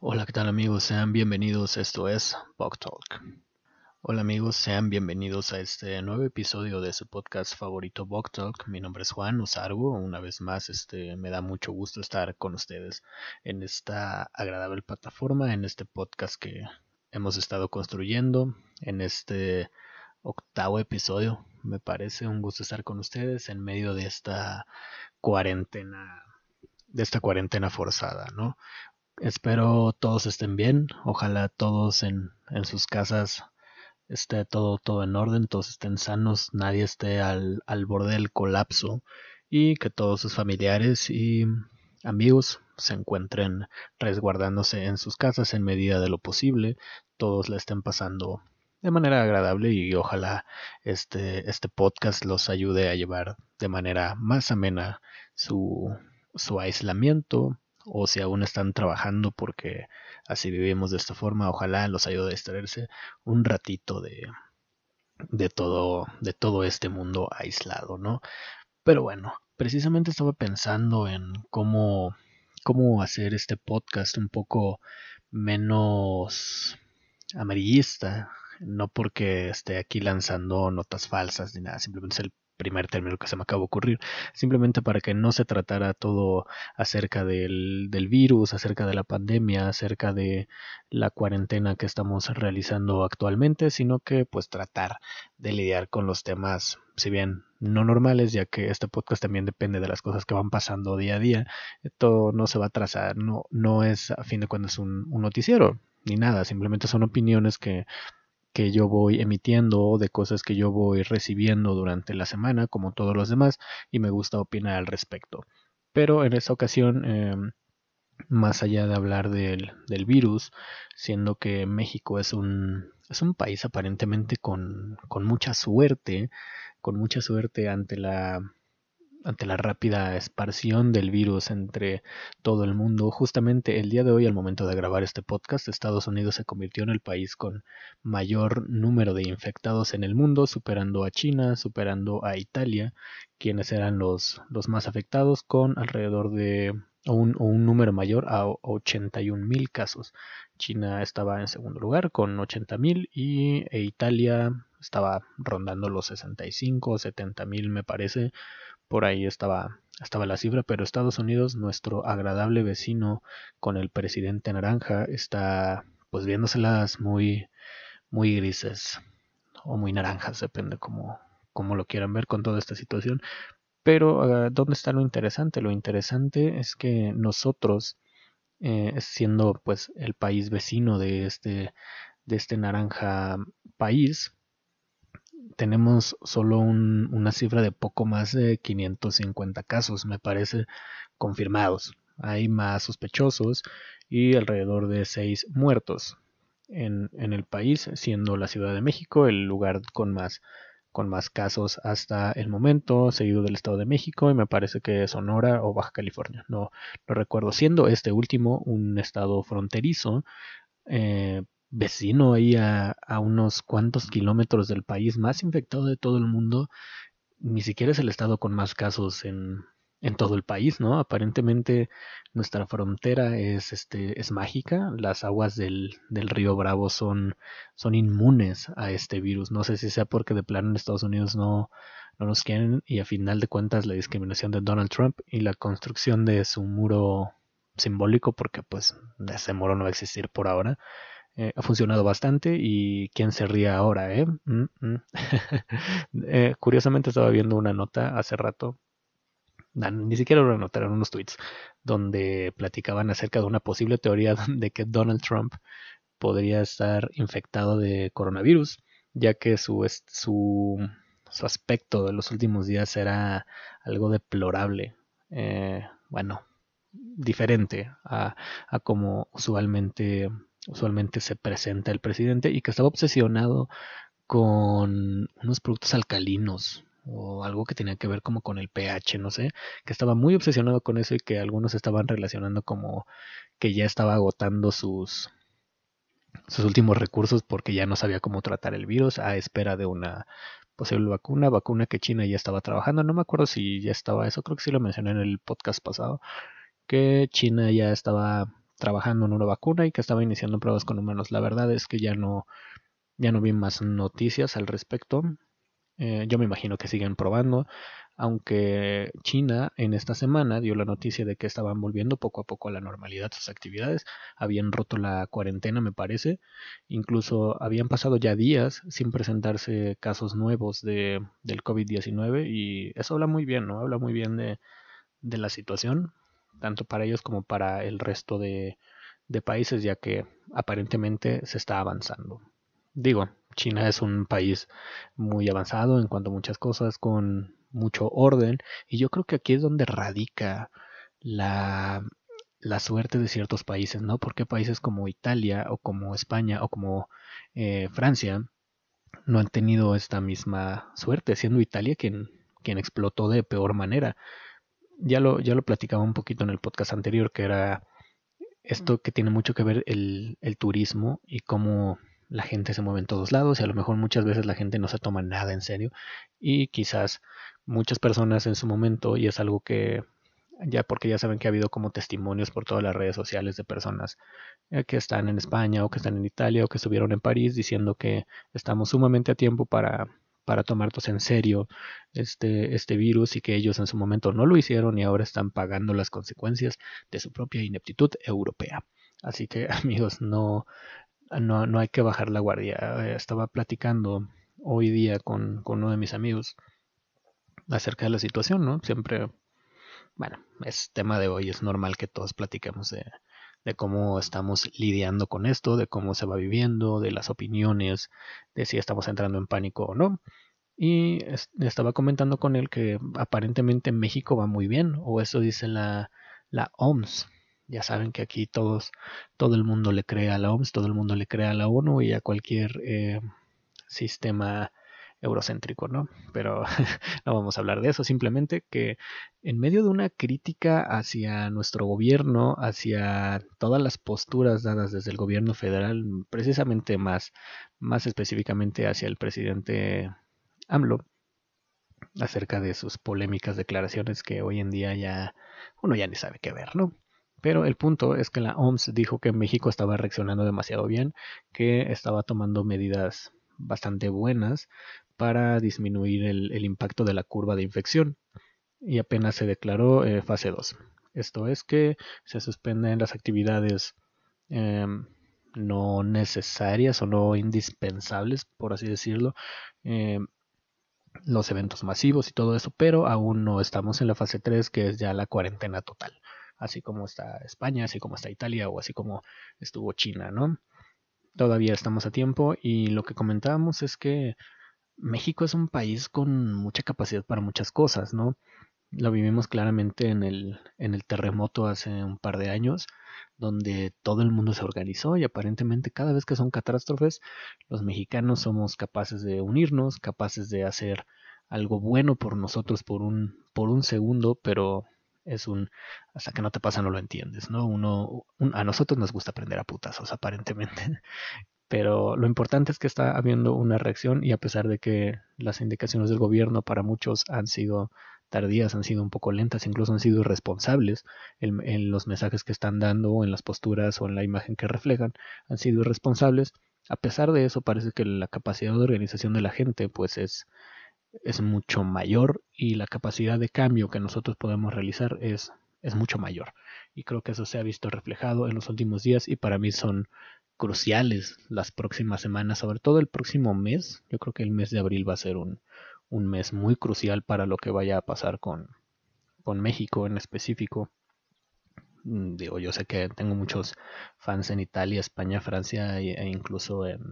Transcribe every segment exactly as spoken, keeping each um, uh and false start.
Hola, ¿qué tal amigos? Sean bienvenidos, esto es Bug Talk. Hola amigos, sean bienvenidos a este nuevo episodio de su podcast favorito Bug Talk. Mi nombre es Juan Usargo, una vez más este, me da mucho gusto estar con ustedes en esta agradable plataforma, en este podcast que hemos estado construyendo, en este octavo episodio. Me parece un gusto estar con ustedes en medio de esta cuarentena, de esta cuarentena forzada, ¿no? Espero todos estén bien, ojalá todos en, en sus casas esté todo, todo en orden, todos estén sanos, nadie esté al, al borde del colapso y que todos sus familiares y amigos se encuentren resguardándose en sus casas en medida de lo posible, todos la estén pasando de manera agradable y ojalá este, este podcast los ayude a llevar de manera más amena su, su aislamiento, o si aún están trabajando porque así vivimos de esta forma, ojalá los ayude a distraerse un ratito de, de todo de todo este mundo aislado, ¿no? Pero bueno, precisamente estaba pensando en cómo cómo hacer este podcast un poco menos amarillista, no porque esté aquí lanzando notas falsas ni nada, simplemente es el primer término que se me acaba de ocurrir, simplemente para que no se tratara todo acerca del, del virus, acerca de la pandemia, acerca de la cuarentena que estamos realizando actualmente, sino que pues tratar de lidiar con los temas, si bien no normales, ya que este podcast también depende de las cosas que van pasando día a día, esto no se va a trazar, no, no es a fin de cuentas un, un noticiero, ni nada, simplemente son opiniones que, que yo voy emitiendo de cosas que yo voy recibiendo durante la semana, como todos los demás, y me gusta opinar al respecto. Pero en esta ocasión, eh, más allá de hablar del, del virus, siendo que México es un, es un país aparentemente con, con mucha suerte, con mucha suerte ante la ante la rápida esparción del virus entre todo el mundo. Justamente el día de hoy, al momento de grabar este podcast, Estados Unidos se convirtió en el país con mayor número de infectados en el mundo, superando a China, superando a Italia, quienes eran los, los más afectados, con alrededor de o un, o un número mayor a ochenta y un mil casos. China estaba en segundo lugar con ochenta mil y e Italia estaba rondando los sesenta y cinco o setenta mil, me parece, por ahí estaba, estaba la cifra, pero Estados Unidos, nuestro agradable vecino con el presidente naranja, está pues viéndoselas muy, muy grises o muy naranjas, depende cómo, cómo lo quieran ver con toda esta situación. Pero uh, ¿dónde está lo interesante? Lo interesante es que nosotros, eh, siendo pues el país vecino de este, de este naranja país, tenemos solo un, una cifra de poco más de quinientos cincuenta casos, me parece, confirmados. Hay más sospechosos y alrededor de seis muertos en, en el país, siendo la Ciudad de México el lugar con más, con más casos hasta el momento, seguido del Estado de México y me parece que Sonora o Baja California, no, no recuerdo, siendo este último un estado fronterizo, eh, vecino ahí a, a unos cuantos kilómetros del país más infectado de todo el mundo. Ni siquiera es el estado con más casos en, en todo el país, ¿no? Aparentemente nuestra frontera es, este, es mágica. Las aguas del, del río Bravo son, son inmunes a este virus. No sé si sea porque de plano en Estados Unidos no, no nos quieren y a final de cuentas la discriminación de Donald Trump y la construcción de su muro simbólico, porque pues ese muro no va a existir por ahora, eh, ha funcionado bastante y quién se ríe ahora, ¿eh? Mm, mm. eh, curiosamente estaba viendo una nota hace rato, ni siquiera una nota, eran unos tweets, donde platicaban acerca de una posible teoría de que Donald Trump podría estar infectado de coronavirus, ya que su, su, su aspecto de los últimos días era algo deplorable. Eh, bueno, diferente a, a como usualmente, usualmente se presenta el presidente y que estaba obsesionado con unos productos alcalinos o algo que tenía que ver como con el pH, no sé, que estaba muy obsesionado con eso y que algunos estaban relacionando como que ya estaba agotando sus, sus últimos recursos porque ya no sabía cómo tratar el virus a espera de una posible vacuna, vacuna que China ya estaba trabajando, no me acuerdo si ya estaba eso, creo que sí lo mencioné en el podcast pasado, que China ya estaba trabajando en una vacuna y que estaba iniciando pruebas con humanos. La verdad es que ya no, ya no vi más noticias al respecto. Eh, yo me imagino que siguen probando, aunque China en esta semana dio la noticia de que estaban volviendo poco a poco a la normalidad sus actividades, habían roto la cuarentena, me parece, incluso habían pasado ya días sin presentarse casos nuevos de, del covid diecinueve y eso habla muy bien, ¿no? Habla muy bien de, de la situación, tanto para ellos como para el resto de, de países, ya que aparentemente se está avanzando. Digo, China es un país muy avanzado en cuanto a muchas cosas, con mucho orden, y yo creo que aquí es donde radica la, la suerte de ciertos países, ¿no? Porque países como Italia o como España o como eh, Francia no han tenido esta misma suerte, siendo Italia quien, quien explotó de peor manera. Ya lo, ya lo platicaba un poquito en el podcast anterior, que era esto que tiene mucho que ver el, el turismo y cómo la gente se mueve en todos lados y a lo mejor muchas veces la gente no se toma nada en serio y quizás muchas personas en su momento, y es algo que ya porque ya saben que ha habido como testimonios por todas las redes sociales de personas eh, que están en España o que están en Italia o que estuvieron en París diciendo que estamos sumamente a tiempo para, para tomarnos en serio este, este virus y que ellos en su momento no lo hicieron y ahora están pagando las consecuencias de su propia ineptitud europea. Así que amigos, no, no, no hay que bajar la guardia. Eh, Estaba platicando hoy día con, con uno de mis amigos acerca de la situación, ¿no? Siempre, bueno, es tema de hoy, es normal que todos platiquemos de, de cómo estamos lidiando con esto, de cómo se va viviendo, de las opiniones, de si estamos entrando en pánico o no. Y es- estaba comentando con él que aparentemente México va muy bien, o eso dice la, la O M S. Ya saben que aquí todos, todo el mundo le cree a la O M S, todo el mundo le cree a la ONU y a cualquier eh, sistema eurocéntrico, ¿no? Pero no vamos a hablar de eso, simplemente que en medio de una crítica hacia nuestro gobierno, hacia todas las posturas dadas desde el gobierno federal, precisamente más, más específicamente hacia el presidente AMLO, acerca de sus polémicas declaraciones que hoy en día ya uno ya ni sabe qué ver, ¿no? Pero el punto es que la O M S dijo que México estaba reaccionando demasiado bien, que estaba tomando medidas bastante buenas para disminuir el, el impacto de la curva de infección y apenas se declaró eh, fase dos. Esto es que se suspenden las actividades eh, no necesarias o no indispensables, por así decirlo, eh, los eventos masivos y todo eso, pero aún no estamos en la fase tres, que es ya la cuarentena total, así como está España, así como está Italia o así como estuvo China, ¿no? Todavía estamos a tiempo y lo que comentábamos es que México es un país con mucha capacidad para muchas cosas, ¿no? Lo vivimos claramente en el, en el terremoto hace un par de años, donde todo el mundo se organizó y aparentemente cada vez que son catástrofes, los mexicanos somos capaces de unirnos, capaces de hacer algo bueno por nosotros por un, por un segundo, pero es un, hasta que no te pasa no lo entiendes, ¿no? Uno, un- a nosotros nos gusta aprender a putazos, aparentemente. Pero lo importante es que está habiendo una reacción y a pesar de que las indicaciones del gobierno para muchos han sido tardías, han sido un poco lentas, incluso han sido irresponsables en, en los mensajes que están dando, o en las posturas o en la imagen que reflejan, han sido irresponsables. A pesar de eso, parece que la capacidad de organización de la gente pues es, es mucho mayor y la capacidad de cambio que nosotros podemos realizar es, es mucho mayor. Y creo que eso se ha visto reflejado en los últimos días y para mí son cruciales las próximas semanas, sobre todo el próximo mes. Yo creo que el mes de abril va a ser un, un mes muy crucial para lo que vaya a pasar con, con México en específico. Mm, Digo, yo sé que tengo muchos fans en Italia, España, Francia e e incluso en,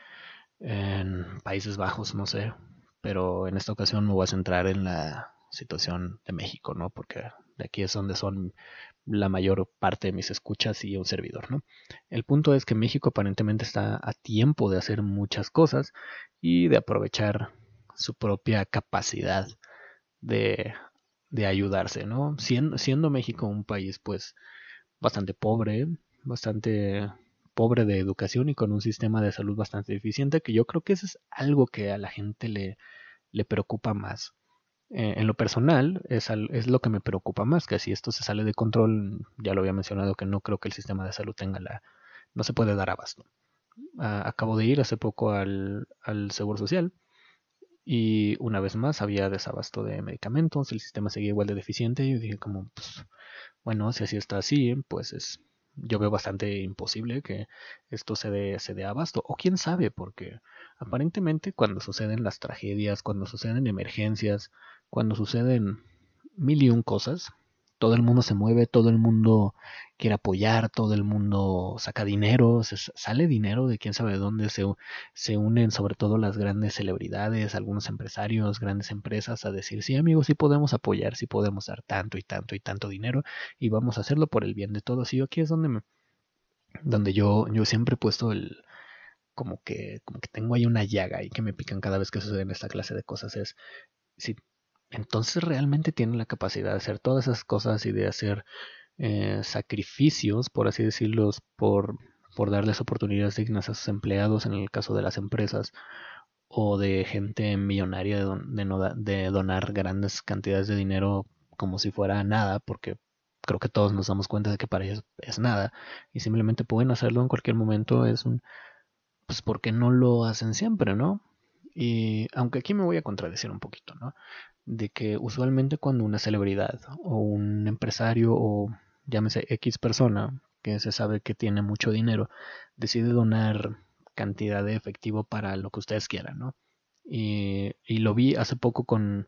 en Países Bajos, no sé, pero en esta ocasión me voy a centrar en la situación de México, ¿no? Porque de aquí es donde son la mayor parte de mis escuchas y un servidor, ¿no? El punto es que México aparentemente está a tiempo de hacer muchas cosas y de aprovechar su propia capacidad de, de ayudarse, ¿no? Siendo, siendo México un país, pues, bastante pobre, bastante pobre de educación y con un sistema de salud bastante deficiente, que yo creo que eso es algo que a la gente le, le preocupa más. Eh, en lo personal, es, al, es lo que me preocupa más, que si esto se sale de control, ya lo había mencionado, que no creo que el sistema de salud tenga la... no se puede dar abasto. Ah, acabo de ir hace poco al, al Seguro Social y una vez más había desabasto de medicamentos, el sistema seguía igual de deficiente y yo dije como, pues, bueno, si así está así, pues es, yo veo bastante imposible que esto se dé, se dé abasto. O quién sabe, porque aparentemente cuando suceden las tragedias, cuando suceden emergencias, cuando suceden mil y un cosas, todo el mundo se mueve, todo el mundo quiere apoyar, todo el mundo saca dinero, se, sale dinero de quién sabe de dónde, se, se unen sobre todo las grandes celebridades, algunos empresarios, grandes empresas a decir, sí amigos, sí podemos apoyar, sí podemos dar tanto y tanto y tanto dinero y vamos a hacerlo por el bien de todos. Y yo aquí es donde me, donde yo, yo siempre he puesto el, como que, como que tengo ahí una llaga y que me pican cada vez que suceden esta clase de cosas, es si entonces realmente tienen la capacidad de hacer todas esas cosas y de hacer eh, sacrificios, por así decirlos, por, por darles oportunidades dignas a sus empleados en el caso de las empresas o de gente millonaria de, don, de, no da, de donar grandes cantidades de dinero como si fuera nada, porque creo que todos nos damos cuenta de que para ellos es nada y simplemente pueden hacerlo en cualquier momento, es un, pues porque no lo hacen siempre, ¿no? Y aunque aquí me voy a contradecir un poquito, ¿no? De que usualmente cuando una celebridad o un empresario o llámese X persona que se sabe que tiene mucho dinero decide donar cantidad de efectivo para lo que ustedes quieran, ¿no? Y, y lo vi hace poco con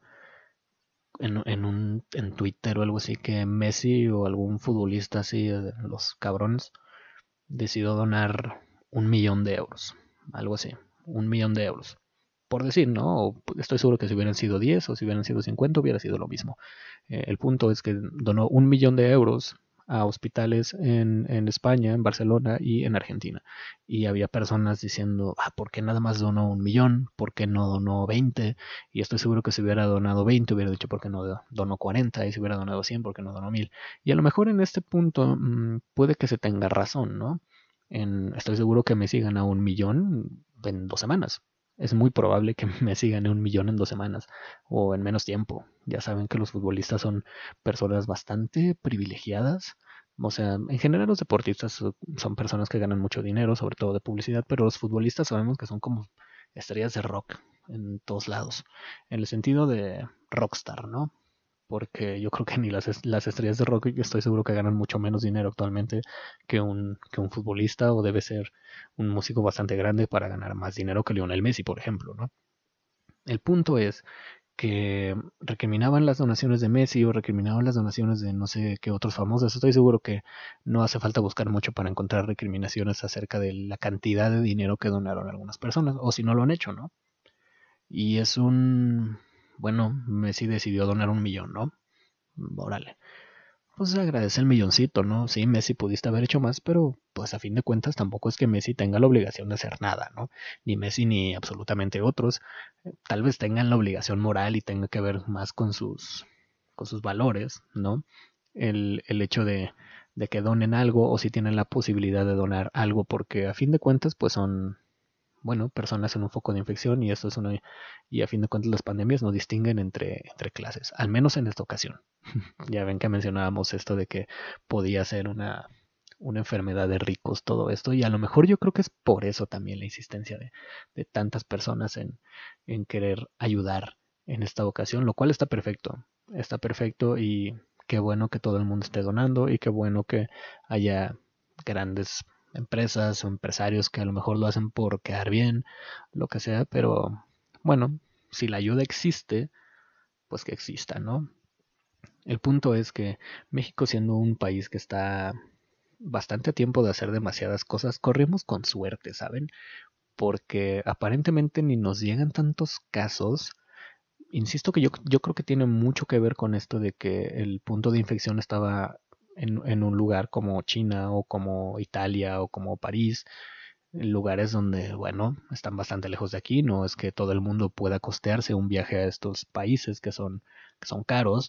en, en un en Twitter o algo así que Messi o algún futbolista así, los cabrones, decidió donar un millón de euros, algo así, un millón de euros por decir, ¿no? Estoy seguro que si hubieran sido diez o si hubieran sido cincuenta hubiera sido lo mismo. Eh, el punto es que donó un millón de euros a hospitales en, en España, en Barcelona y en Argentina. Y había personas diciendo, ah, ¿por qué nada más donó un millón? ¿Por qué no donó veinte? Y estoy seguro que si hubiera donado veinte hubiera dicho, ¿por qué no donó cuarenta? Y si hubiera donado cien, ¿por qué no donó mil? Y a lo mejor en este punto mmm, puede que se tenga razón, ¿no? En, estoy seguro que me sigan a un millón en dos semanas. Es muy probable que me sigan un millón en dos semanas o en menos tiempo. Ya saben que los futbolistas son personas bastante privilegiadas. O sea, en general los deportistas son personas que ganan mucho dinero, sobre todo de publicidad, pero los futbolistas sabemos que son como estrellas de rock en todos lados, en el sentido de rockstar, ¿no? Porque yo creo que ni las, las estrellas de rock, yo estoy seguro que ganan mucho menos dinero actualmente que un, que un futbolista, o debe ser un músico bastante grande para ganar más dinero que Lionel Messi, por ejemplo, ¿no? El punto es que recriminaban las donaciones de Messi o recriminaban las donaciones de no sé qué otros famosos. Estoy seguro que no hace falta buscar mucho para encontrar recriminaciones acerca de la cantidad de dinero que donaron algunas personas, o si no lo han hecho, ¿no? Y es un... Bueno, Messi decidió donar un millón, ¿no? Órale. Pues se agradece el milloncito, ¿no? Sí, Messi pudiste haber hecho más, pero pues a fin de cuentas tampoco es que Messi tenga la obligación de hacer nada, ¿no? Ni Messi ni absolutamente otros. Eh, Tal vez tengan la obligación moral y tenga que ver más con sus, con sus valores, ¿no? El, el hecho de, de que donen algo o si tienen la posibilidad de donar algo, porque a fin de cuentas pues son bueno, personas en un foco de infección y esto es una y a fin de cuentas las pandemias no distinguen entre, entre clases, al menos en esta ocasión. Ya ven que mencionábamos esto de que podía ser una, una enfermedad de ricos todo esto y a lo mejor yo creo que es por eso también la insistencia de, de tantas personas en, en querer ayudar en esta ocasión, lo cual está perfecto, está perfecto y qué bueno que todo el mundo esté donando y qué bueno que haya grandes empresas o empresarios que a lo mejor lo hacen por quedar bien, lo que sea, pero bueno, si la ayuda existe, pues que exista, ¿no? El punto es que México, siendo un país que está bastante a tiempo de hacer demasiadas cosas, corremos con suerte, ¿saben? Porque aparentemente ni nos llegan tantos casos. Insisto que yo, yo creo que tiene mucho que ver con esto de que el punto de infección estaba en, en un lugar como China o como Italia o como París, lugares donde, bueno, están bastante lejos de aquí, no es que todo el mundo pueda costearse un viaje a estos países que son, que son caros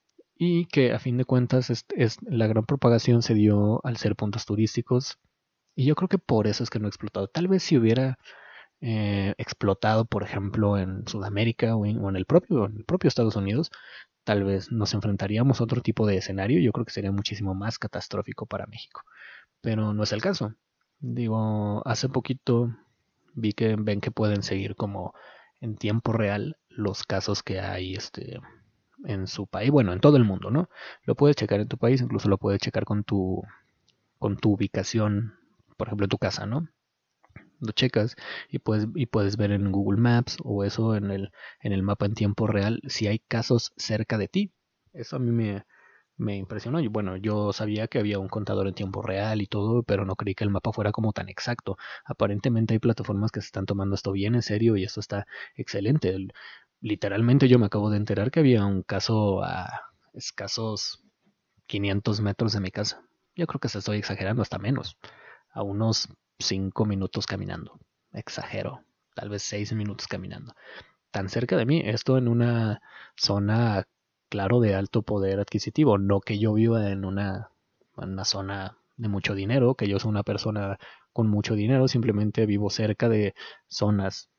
y que a fin de cuentas es, es, la gran propagación se dio al ser puntos turísticos y yo creo que por eso es que no ha explotado. Tal vez si hubiera eh, explotado, por ejemplo, en Sudamérica o en, o en el propio, en el propio Estados Unidos, tal vez nos enfrentaríamos a otro tipo de escenario. Yo creo que sería muchísimo más catastrófico para México, pero no es el caso. Digo, hace poquito vi que ven que pueden seguir como en tiempo real los casos que hay este en su país, bueno, en todo el mundo, ¿no? Lo puedes checar en tu país, incluso lo puedes checar con tu con tu ubicación, por ejemplo, tu casa, ¿no? Lo checas y puedes y puedes ver en Google Maps o eso en el en el mapa en tiempo real si hay casos cerca de ti. Eso a mí me me impresionó. Y bueno, yo sabía que había un contador en tiempo real y todo, pero no creí que el mapa fuera como tan exacto. Aparentemente hay plataformas que se están tomando esto bien en serio y esto está excelente. El- literalmente yo me acabo de enterar que había un caso a escasos quinientos metros de mi casa. Yo creo que se estoy exagerando, hasta menos. A unos cinco minutos caminando. Exagero. Tal vez seis minutos caminando. Tan cerca de mí, esto en una zona, claro, de alto poder adquisitivo. No que yo viva en una, en una zona de mucho dinero, que yo soy una persona con mucho dinero, simplemente vivo cerca de zonas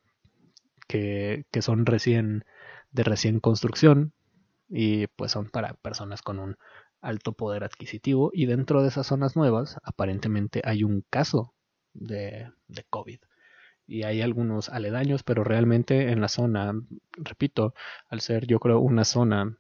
que, que son recién de recién construcción y pues son para personas con un alto poder adquisitivo y dentro de esas zonas nuevas aparentemente hay un caso de, de COVID y hay algunos aledaños, pero realmente en la zona, repito, al ser yo creo una zona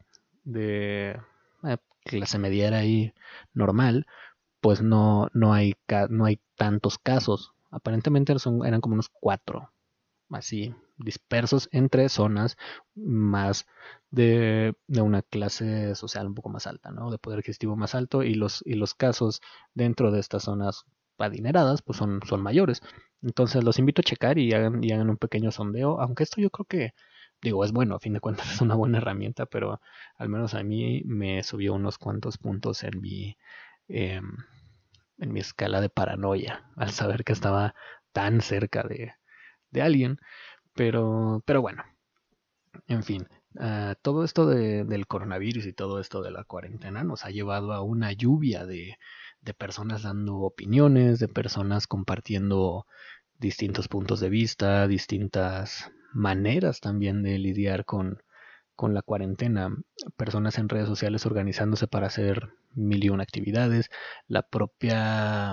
de eh, clase mediera ahí normal, pues no, no, hay, no hay tantos casos. Aparentemente son, eran como unos cuatro, así, dispersos entre zonas más de, de una clase social un poco más alta, ¿no? De poder adquisitivo más alto y los, y los casos dentro de estas zonas adineradas pues son, son mayores. Entonces los invito a checar y hagan, y hagan un pequeño sondeo, aunque esto yo creo que, digo, es bueno, a fin de cuentas es una buena herramienta, pero al menos a mí me subió unos cuantos puntos en mi, eh, en mi escala de paranoia al saber que estaba tan cerca de, de alguien. Pero, pero bueno, en fin, uh, todo esto de, del coronavirus y todo esto de la cuarentena nos ha llevado a una lluvia de, de personas dando opiniones, de personas compartiendo distintos puntos de vista, distintas maneras también de lidiar con, con la cuarentena, personas en redes sociales organizándose para hacer mil y una actividades, la propia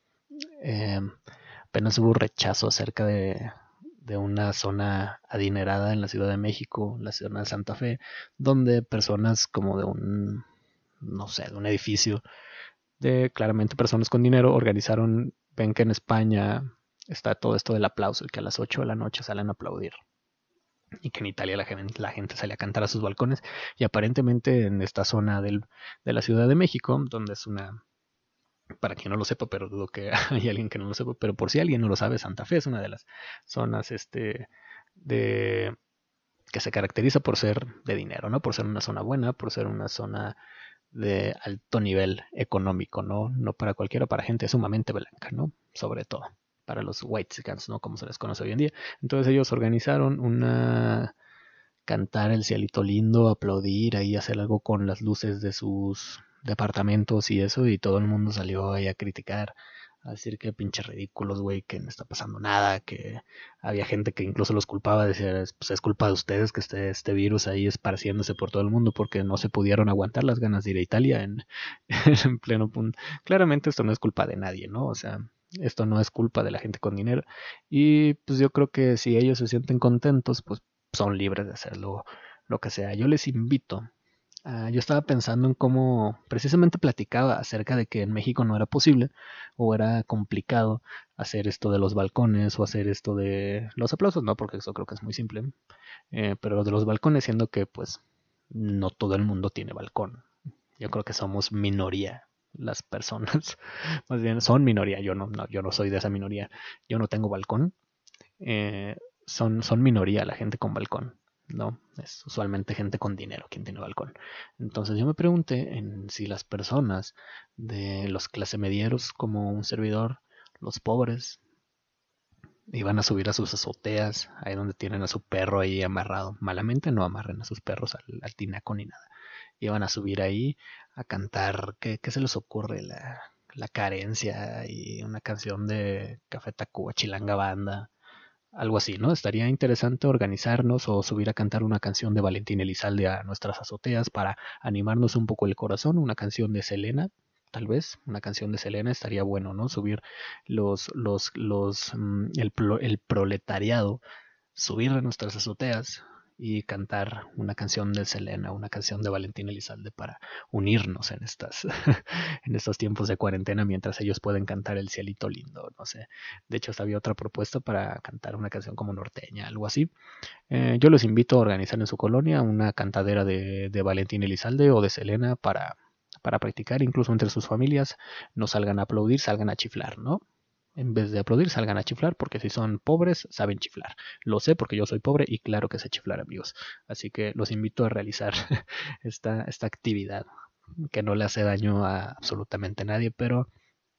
eh, apenas hubo rechazo acerca de, de una zona adinerada en la Ciudad de México, la zona de Santa Fe, donde personas como de un, no sé, de un edificio, de claramente personas con dinero, organizaron, ven que en España está todo esto del aplauso, y que a las ocho de la noche salen a aplaudir. Y que en Italia la gente, la gente sale a cantar a sus balcones. Y aparentemente en esta zona del, de la Ciudad de México, donde es una, para quien no lo sepa, pero dudo que hay alguien que no lo sepa, pero por si alguien no lo sabe, Santa Fe es una de las zonas este, de, que se caracteriza por ser de dinero, ¿no? Por ser una zona buena, por ser una zona de alto nivel económico, ¿no? No para cualquiera, para gente sumamente blanca, ¿no? Sobre todo, para los whitexicans, ¿no? Como se les conoce hoy en día. Entonces ellos organizaron una cantar el cielito lindo, aplaudir, ahí hacer algo con las luces de sus departamentos y eso, y todo el mundo salió ahí a criticar, a decir que pinches ridículos, güey, que no está pasando nada, que había gente que incluso los culpaba, decía, pues es culpa de ustedes que esté este virus ahí esparciéndose por todo el mundo porque no se pudieron aguantar las ganas de ir a Italia en, en pleno punto. Claramente esto no es culpa de nadie, ¿no? O sea, esto no es culpa de la gente con dinero. Y pues yo creo que si ellos se sienten contentos, pues son libres de hacerlo lo que sea. Yo les invito. Uh, yo estaba pensando en cómo precisamente platicaba acerca de que en México no era posible o era complicado hacer esto de los balcones o hacer esto de los aplausos, no, porque eso creo que es muy simple, eh, pero de los balcones, siendo que pues no todo el mundo tiene balcón. Yo creo que somos minoría las personas, más bien son minoría, yo no, no, yo no soy de esa minoría, yo no tengo balcón, eh, son, son minoría la gente con balcón, ¿no? Es usualmente gente con dinero quien tiene balcón. Entonces yo me pregunté en si las personas de los clase medieros como un servidor, los pobres, iban a subir a sus azoteas, ahí donde tienen a su perro ahí amarrado. Malamente no amarren a sus perros al, al tinaco ni nada. Iban a subir ahí a cantar, ¿qué, qué se les ocurre? La, la carencia y una canción de Café Tacuba, Chilanga Banda, algo así, ¿no? Estaría interesante organizarnos o subir a cantar una canción de Valentín Elizalde a nuestras azoteas para animarnos un poco el corazón, una canción de Selena. Tal vez una canción de Selena estaría bueno, ¿no? Subir los, los, los, mm, el, el proletariado, subir a nuestras azoteas y cantar una canción de Selena, una canción de Valentín Elizalde para unirnos en estas en estos tiempos de cuarentena mientras ellos pueden cantar El cielito lindo, no sé. De hecho, hasta había otra propuesta para cantar una canción como norteña, algo así. Eh, yo los invito a organizar en su colonia una cantadera de, de Valentín Elizalde o de Selena para, para practicar, incluso entre sus familias. No salgan a aplaudir, salgan a chiflar, ¿no? En vez de aplaudir, salgan a chiflar, porque si son pobres, saben chiflar. Lo sé porque yo soy pobre y claro que sé chiflar, amigos. Así que los invito a realizar esta, esta actividad, que no le hace daño a absolutamente nadie, pero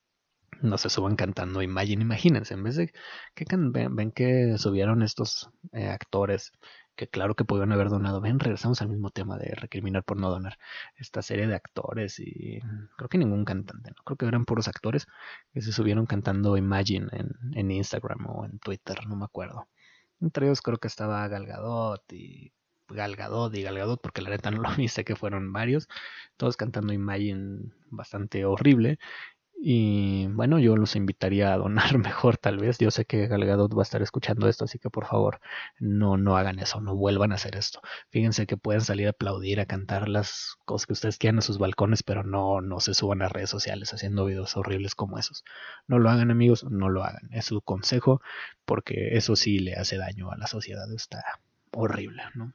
no se suban cantando Imagine. Imagínense, en vez de que can, ven, ven, que subieron estos eh, actores que claro que pudieron haber donado. Ven, regresamos al mismo tema de recriminar por no donar. Esta serie de actores y creo que ningún cantante, ¿no? Creo que eran puros actores que se subieron cantando Imagine en, en Instagram o en Twitter, no me acuerdo. Entre ellos creo que estaba Gal Gadot y Gal Gadot y Gal Gadot, porque la neta no lo vi, sé que fueron varios, todos cantando Imagine bastante horrible. Y bueno, yo los invitaría a donar mejor, tal vez. Yo sé que Gal Gadot va a estar escuchando esto, así que por favor, no, no hagan eso, no vuelvan a hacer esto. Fíjense que pueden salir a aplaudir, a cantar las cosas que ustedes quieran a sus balcones, pero no, no se suban a redes sociales haciendo videos horribles como esos. No lo hagan, amigos, no lo hagan. Es su consejo, porque eso sí le hace daño a la sociedad. Está horrible, ¿no?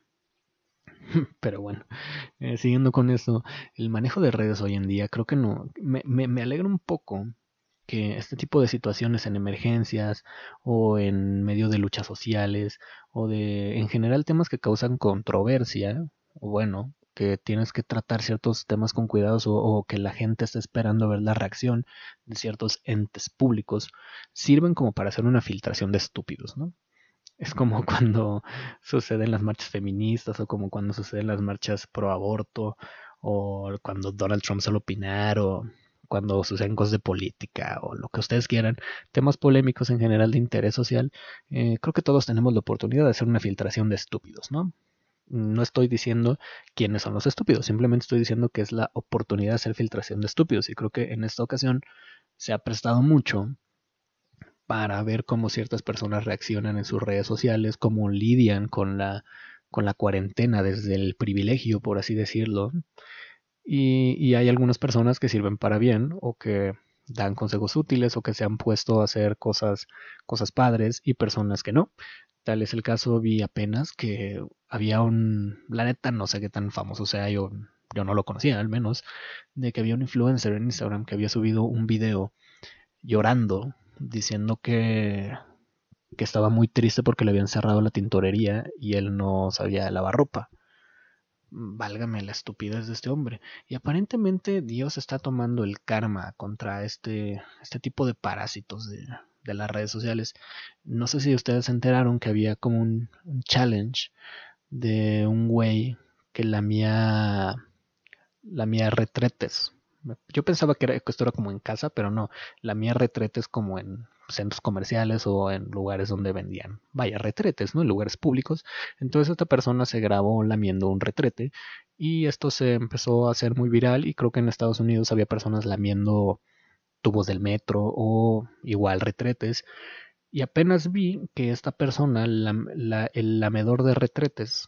Pero bueno, eh, siguiendo con eso, el manejo de redes hoy en día, creo que no, me, me, me alegra un poco que este tipo de situaciones en emergencias o en medio de luchas sociales o de, en general, temas que causan controversia, o bueno, que tienes que tratar ciertos temas con cuidados o, o que la gente está esperando ver la reacción de ciertos entes públicos, sirven como para hacer una filtración de estúpidos, ¿no? Es como cuando suceden las marchas feministas o como cuando suceden las marchas pro aborto o cuando Donald Trump sale a opinar o cuando suceden cosas de política o lo que ustedes quieran, temas polémicos en general de interés social. Eh, creo que todos tenemos la oportunidad de hacer una filtración de estúpidos, ¿no? No estoy diciendo quiénes son los estúpidos, simplemente estoy diciendo que es la oportunidad de hacer filtración de estúpidos y creo que en esta ocasión se ha prestado mucho para ver cómo ciertas personas reaccionan en sus redes sociales, cómo lidian con la, con la cuarentena desde el privilegio, por así decirlo. Y, y hay algunas personas que sirven para bien o que dan consejos útiles o que se han puesto a hacer cosas, cosas padres y personas que no. Tal es el caso, vi apenas que había un, la neta no sé qué tan famoso sea, yo, yo no lo conocía al menos, de que había un influencer en Instagram que había subido un video llorando, diciendo que, que estaba muy triste porque le habían cerrado la tintorería y él no sabía lavar ropa. Válgame la estupidez de este hombre. Y aparentemente Dios está tomando el karma contra este, este tipo de parásitos de, de las redes sociales. No sé si ustedes se enteraron que había como un, un challenge de un güey que lamía, lamía retretes. Yo pensaba que, era, que esto era como en casa, pero no. Lamía retretes como en centros comerciales o en lugares donde vendían, vaya, retretes, ¿no? En lugares públicos. Entonces esta persona se grabó lamiendo un retrete y esto se empezó a hacer muy viral y creo que en Estados Unidos había personas lamiendo tubos del metro o igual retretes y apenas vi que esta persona, la, la, el lamedor de retretes,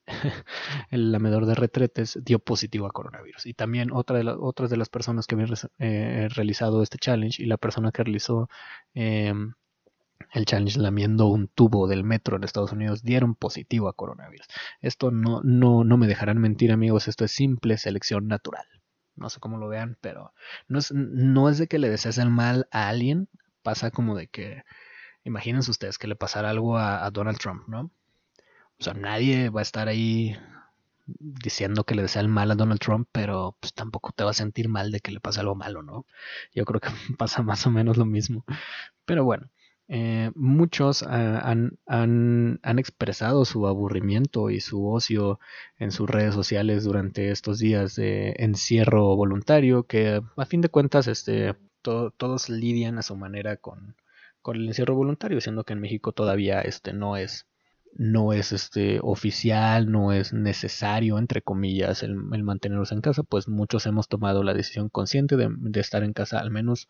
el lamedor de retretes dio positivo a coronavirus. Y también otra de la, otras de las personas que habían eh, realizado este challenge y la persona que realizó eh, el challenge lamiendo un tubo del metro en Estados Unidos dieron positivo a coronavirus. Esto no, no, no me dejarán mentir, amigos, esto es simple selección natural. No sé cómo lo vean, pero no es, no es de que le desees el mal a alguien, pasa como de que, imagínense ustedes que le pasara algo a, a Donald Trump, ¿no? O sea, nadie va a estar ahí diciendo que le desea el mal a Donald Trump, pero pues tampoco te va a sentir mal de que le pase algo malo, ¿no? Yo creo que pasa más o menos lo mismo. Pero bueno, eh, muchos uh, han, han, han expresado su aburrimiento y su ocio en sus redes sociales durante estos días de encierro voluntario, que a fin de cuentas este, to- todos lidian a su manera con, con el encierro voluntario, siendo que en México todavía este no es no es este oficial, no es necesario, entre comillas, el, el mantenernos en casa, pues muchos hemos tomado la decisión consciente de, de estar en casa al menos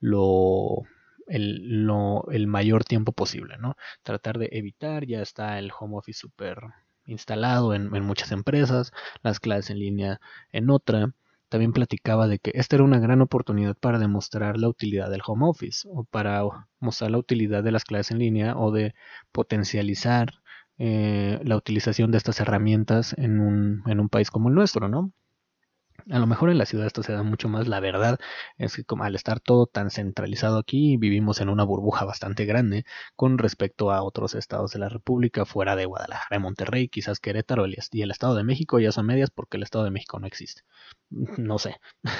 lo el, lo, el mayor tiempo posible, ¿no? Tratar de evitar, ya está el home office súper instalado en, en muchas empresas, las clases en línea en otra. También platicaba de que esta era una gran oportunidad para demostrar la utilidad del home office o para mostrar la utilidad de las clases en línea o de potencializar eh, la utilización de estas herramientas en un, en un país como el nuestro, ¿no? A lo mejor en la ciudad esto se da mucho más. La verdad es que como al estar todo tan centralizado aquí, vivimos en una burbuja bastante grande con respecto a otros estados de la República, fuera de Guadalajara y Monterrey, quizás Querétaro y el Estado de México ya son medias porque el Estado de México no existe. No sé.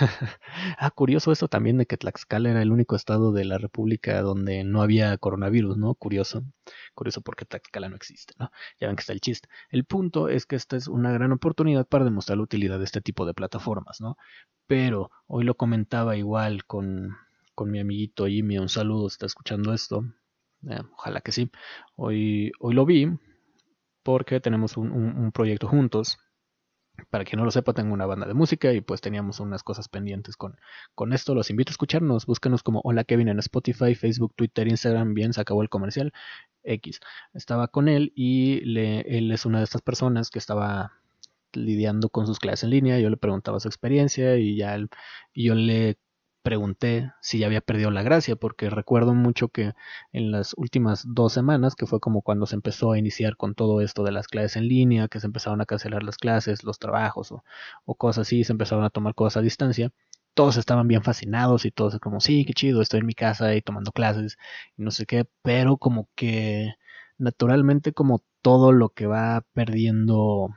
Ah, curioso esto también de que Tlaxcala era el único estado de la República donde no había coronavirus, ¿no? Curioso. Curioso porque Tlaxcala no existe, ¿no? Ya ven que está el chiste. El punto es que esta es una gran oportunidad para demostrar la utilidad de este tipo de plataformas, ¿no? Pero hoy lo comentaba igual con, con mi amiguito Jimmy, un saludo, está escuchando esto. Eh, ojalá que sí. Hoy, hoy lo vi porque tenemos un, un, un proyecto juntos. Para quien no lo sepa, tengo una banda de música y pues teníamos unas cosas pendientes con, con esto. Los invito a escucharnos. Búsquenos como Hola Kevin en Spotify, Facebook, Twitter, Instagram. Bien, se acabó el comercial. X. Estaba con él y le, él es una de estas personas que estaba lidiando con sus clases en línea. Yo le preguntaba su experiencia y ya él, y yo le pregunté si ya había perdido la gracia, porque recuerdo mucho que en las últimas dos semanas, que fue como cuando se empezó a iniciar con todo esto de las clases en línea, que se empezaron a cancelar las clases, los trabajos o, o cosas así, se empezaron a tomar cosas a distancia, todos estaban bien fascinados y todos como, sí, qué chido, estoy en mi casa y tomando clases y no sé qué, pero como que naturalmente como todo lo que va perdiendo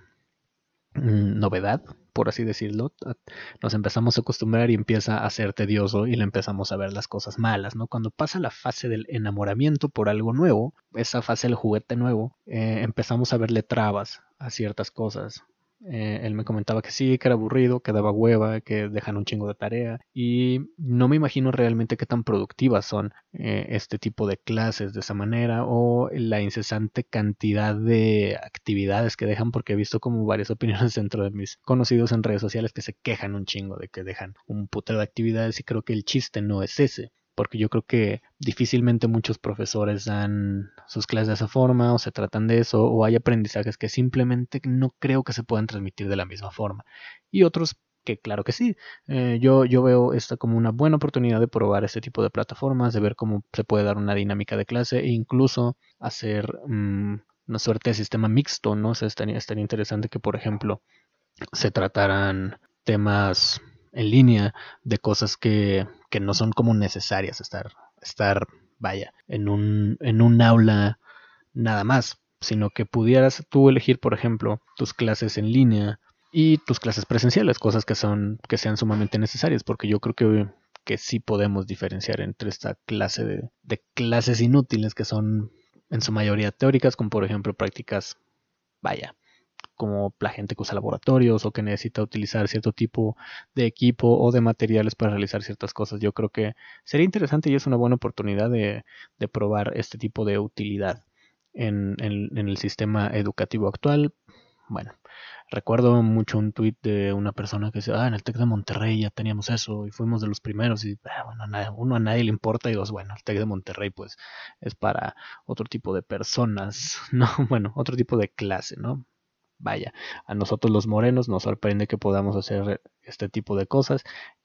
novedad, por así decirlo, nos empezamos a acostumbrar y empieza a ser tedioso y le empezamos a ver las cosas malas, ¿no? Cuando pasa la fase del enamoramiento por algo nuevo, esa fase del juguete nuevo, eh, empezamos a verle trabas a ciertas cosas. Eh, él me comentaba que sí, que era aburrido, que daba hueva, que dejan un chingo de tarea y no me imagino realmente qué tan productivas son eh, este tipo de clases de esa manera o la incesante cantidad de actividades que dejan, porque he visto como varias opiniones dentro de mis conocidos en redes sociales que se quejan un chingo de que dejan un putero de actividades y creo que el chiste no es ese. Porque yo creo que difícilmente muchos profesores dan sus clases de esa forma o se tratan de eso o hay aprendizajes que simplemente no creo que se puedan transmitir de la misma forma. Y otros que claro que sí. Eh, yo, yo veo esta como una buena oportunidad de probar este tipo de plataformas, de ver cómo se puede dar una dinámica de clase e incluso hacer mmm, una suerte de sistema mixto, ¿no? O sea, estaría, estaría interesante que, por ejemplo, se trataran temas en línea de cosas que, que no son como necesarias estar, estar vaya, en un, en un aula nada más, sino que pudieras tú elegir, por ejemplo, tus clases en línea y tus clases presenciales, cosas que son, que sean sumamente necesarias, porque yo creo que, que sí podemos diferenciar entre esta clase de, de clases inútiles que son en su mayoría teóricas, como por ejemplo prácticas, vaya, como la gente que usa laboratorios o que necesita utilizar cierto tipo de equipo o de materiales para realizar ciertas cosas. Yo creo que sería interesante y es una buena oportunidad de, de probar este tipo de utilidad en, en, en el sistema educativo actual. Bueno, recuerdo mucho un tuit de una persona que decía, ah, en el TEC de Monterrey ya teníamos eso y fuimos de los primeros y ah, bueno, a nadie, uno a nadie le importa y dos, bueno, el TEC de Monterrey pues es para otro tipo de personas, no, bueno, otro tipo de clase, ¿no? Vaya, a nosotros los morenos nos sorprende que podamos hacer este tipo de cosas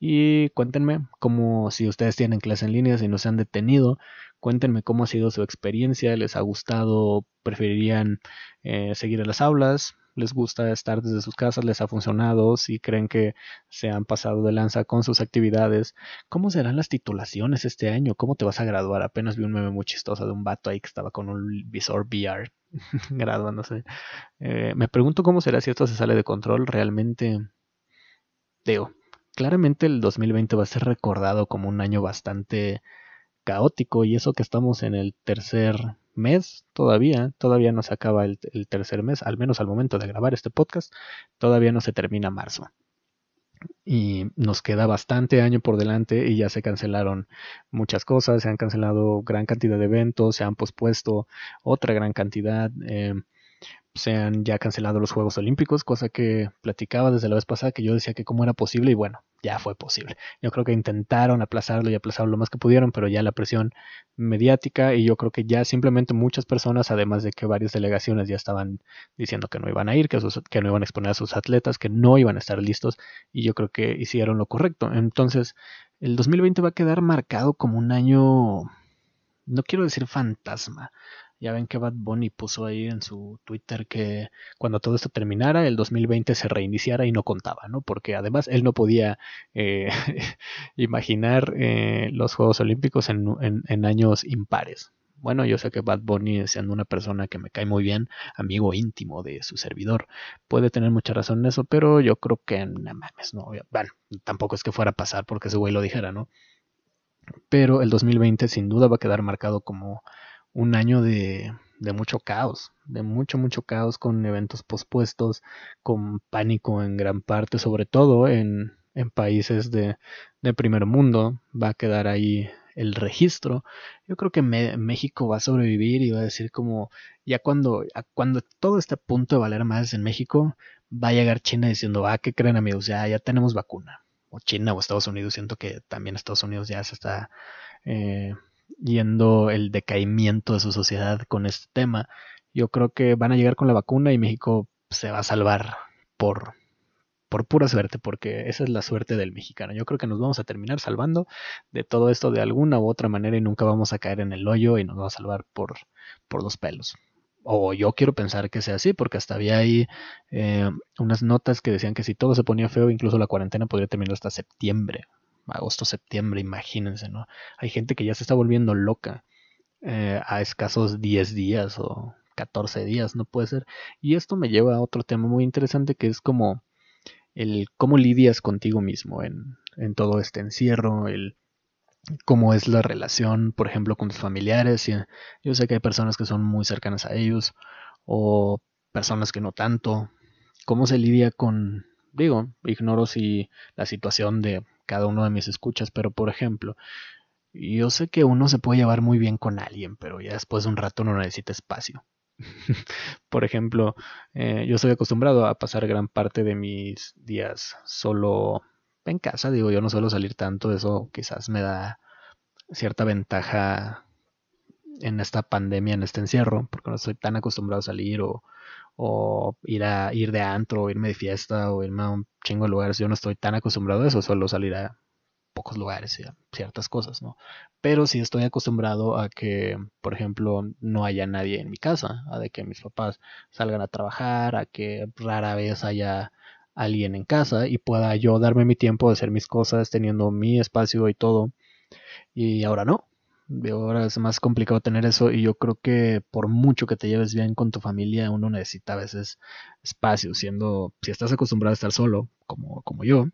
y cuéntenme cómo, si ustedes tienen clase en línea, si no se han detenido, cuéntenme cómo ha sido su experiencia, les ha gustado, preferirían eh, seguir en las aulas, les gusta estar desde sus casas, les ha funcionado, si creen que se han pasado de lanza con sus actividades, cómo serán las titulaciones este año, cómo te vas a graduar. Apenas vi un meme muy chistoso de un vato ahí que estaba con un visor V R graduándose. Eh, me pregunto cómo será si esto se sale de control. Realmente, digo, claramente el dos mil veinte va a ser recordado como un año bastante caótico y eso que estamos en el tercer mes todavía, todavía no se acaba el, el tercer mes, al menos al momento de grabar este podcast, todavía no se termina marzo. y nos queda bastante año por delante y ya se cancelaron muchas cosas, se han cancelado gran cantidad de eventos, se han pospuesto otra gran cantidad. Eh, se han ya cancelado los Juegos Olímpicos, cosa que platicaba desde la vez pasada, que yo decía que cómo era posible y bueno, ya fue posible. Yo creo que intentaron aplazarlo y aplazarlo lo más que pudieron, pero ya la presión mediática y yo creo que ya simplemente muchas personas, además de que varias delegaciones ya estaban diciendo que no iban a ir, que, sus, que no iban a exponer a sus atletas, que no iban a estar listos y yo creo que hicieron lo correcto. Entonces, el dos mil veinte va a quedar marcado como un año, no quiero decir fantasma. Ya ven que Bad Bunny puso ahí en su Twitter que cuando todo esto terminara, el dos mil veinte se reiniciara y no contaba, ¿no? Porque además él no podía eh, imaginar eh, los Juegos Olímpicos en, en, en años impares. Bueno, yo sé que Bad Bunny, siendo una persona que me cae muy bien, amigo íntimo de su servidor, puede tener mucha razón en eso, pero yo creo que no mames, no. Bueno, tampoco es que fuera a pasar porque ese güey lo dijera, ¿no? Pero el dos mil veinte sin duda va a quedar marcado como un año de, de mucho caos, de mucho, mucho caos con eventos pospuestos, con pánico en gran parte, sobre todo en, en países de, de primer mundo. Va a quedar ahí el registro. Yo creo que me, México va a sobrevivir y va a decir como, ya cuando, cuando todo esté a punto de valer más en México, va a llegar China diciendo, ah, ¿qué creen amigos? Ya, ya tenemos vacuna. O China o Estados Unidos, siento que también Estados Unidos ya se está eh, yendo el decaimiento de su sociedad con este tema. Yo creo que van a llegar con la vacuna y México se va a salvar por, por pura suerte, porque esa es la suerte del mexicano. Yo creo que nos vamos a terminar salvando de todo esto de alguna u otra manera y nunca vamos a caer en el hoyo y nos vamos a salvar por, por los pelos. O yo quiero pensar que sea así, porque hasta había ahí eh, unas notas que decían que si todo se ponía feo, incluso la cuarentena podría terminar hasta septiembre, agosto, septiembre, imagínense, ¿no? Hay gente que ya se está volviendo loca eh, a escasos diez días o catorce días, no puede ser. Y esto me lleva a otro tema muy interesante que es como el cómo lidias contigo mismo en, en todo este encierro, el cómo es la relación, por ejemplo, con tus familiares. Y yo sé que hay personas que son muy cercanas a ellos o personas que no tanto. ¿Cómo se lidia con, digo, ignoro si la situación de cada uno de mis escuchas, pero por ejemplo, yo sé que uno se puede llevar muy bien con alguien, pero ya después de un rato uno necesita espacio. Por ejemplo, eh, yo estoy acostumbrado a pasar gran parte de mis días solo en casa, digo, yo no suelo salir tanto, eso quizás me da cierta ventaja en esta pandemia, en este encierro, porque no estoy tan acostumbrado a salir o, o ir a ir de antro, o irme de fiesta, o irme a un chingo de lugares. Yo no estoy tan acostumbrado a eso, suelo salir a pocos lugares y a ciertas cosas, ¿no? Pero sí estoy acostumbrado a que, por ejemplo, no haya nadie en mi casa, a de que mis papás salgan a trabajar, a que rara vez haya alguien en casa y pueda yo darme mi tiempo de hacer mis cosas teniendo mi espacio y todo. Y ahora no. De ahora es más complicado tener eso y yo creo que por mucho que te lleves bien con tu familia, uno necesita a veces espacio, siendo, si estás acostumbrado a estar solo, como, como yo,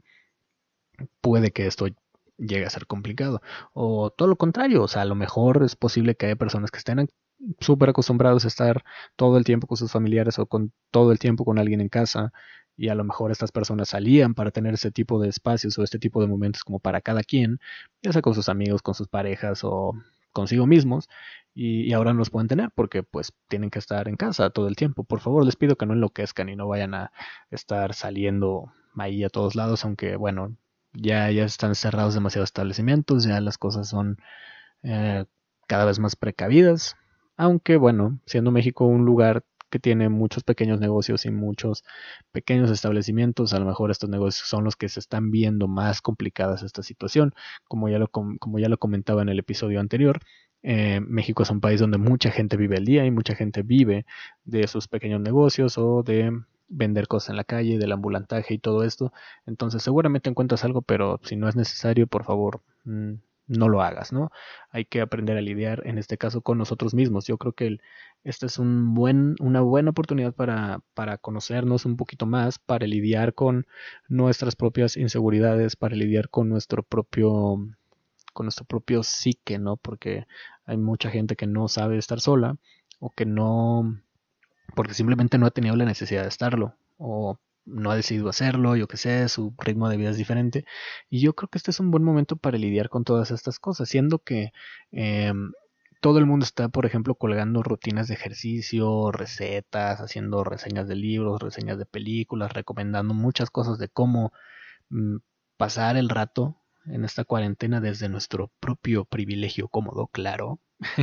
puede que esto llegue a ser complicado. O todo lo contrario, o sea, a lo mejor es posible que haya personas que estén súper acostumbrados a estar todo el tiempo con sus familiares o con todo el tiempo con alguien en casa y a lo mejor estas personas salían para tener ese tipo de espacios o este tipo de momentos como para cada quien, ya sea con sus amigos, con sus parejas o consigo mismos y, y ahora no los pueden tener porque pues tienen que estar en casa todo el tiempo. Por favor, les pido que no enloquezcan y no vayan a estar saliendo ahí a todos lados, aunque bueno, ya, ya están cerrados demasiados establecimientos, ya las cosas son eh, cada vez más precavidas. Aunque bueno, siendo México un lugar que tiene muchos pequeños negocios y muchos pequeños establecimientos, a lo mejor estos negocios son los que se están viendo más complicadas esta situación. Como ya lo, como ya lo comentaba en el episodio anterior, eh, México es un país donde mucha gente vive el día y mucha gente vive de sus pequeños negocios o de vender cosas en la calle, del ambulantaje y todo esto. Entonces seguramente encuentras algo, pero si no es necesario, por favor, mmm, no lo hagas, ¿no? Hay que aprender a lidiar, en este caso, con nosotros mismos. Yo creo que el, esta es un buen, una buena oportunidad para, para conocernos un poquito más, para lidiar con nuestras propias inseguridades, para lidiar con nuestro propio, con nuestro propio psique, ¿no? Porque hay mucha gente que no sabe estar sola o que no, porque simplemente no ha tenido la necesidad de estarlo o no ha decidido hacerlo, yo qué sé, su ritmo de vida es diferente. Y yo creo que este es un buen momento para lidiar con todas estas cosas, siendo que eh, todo el mundo está, por ejemplo, colgando rutinas de ejercicio, recetas, haciendo reseñas de libros, reseñas de películas, recomendando muchas cosas de cómo mm, pasar el rato en esta cuarentena desde nuestro propio privilegio cómodo, claro.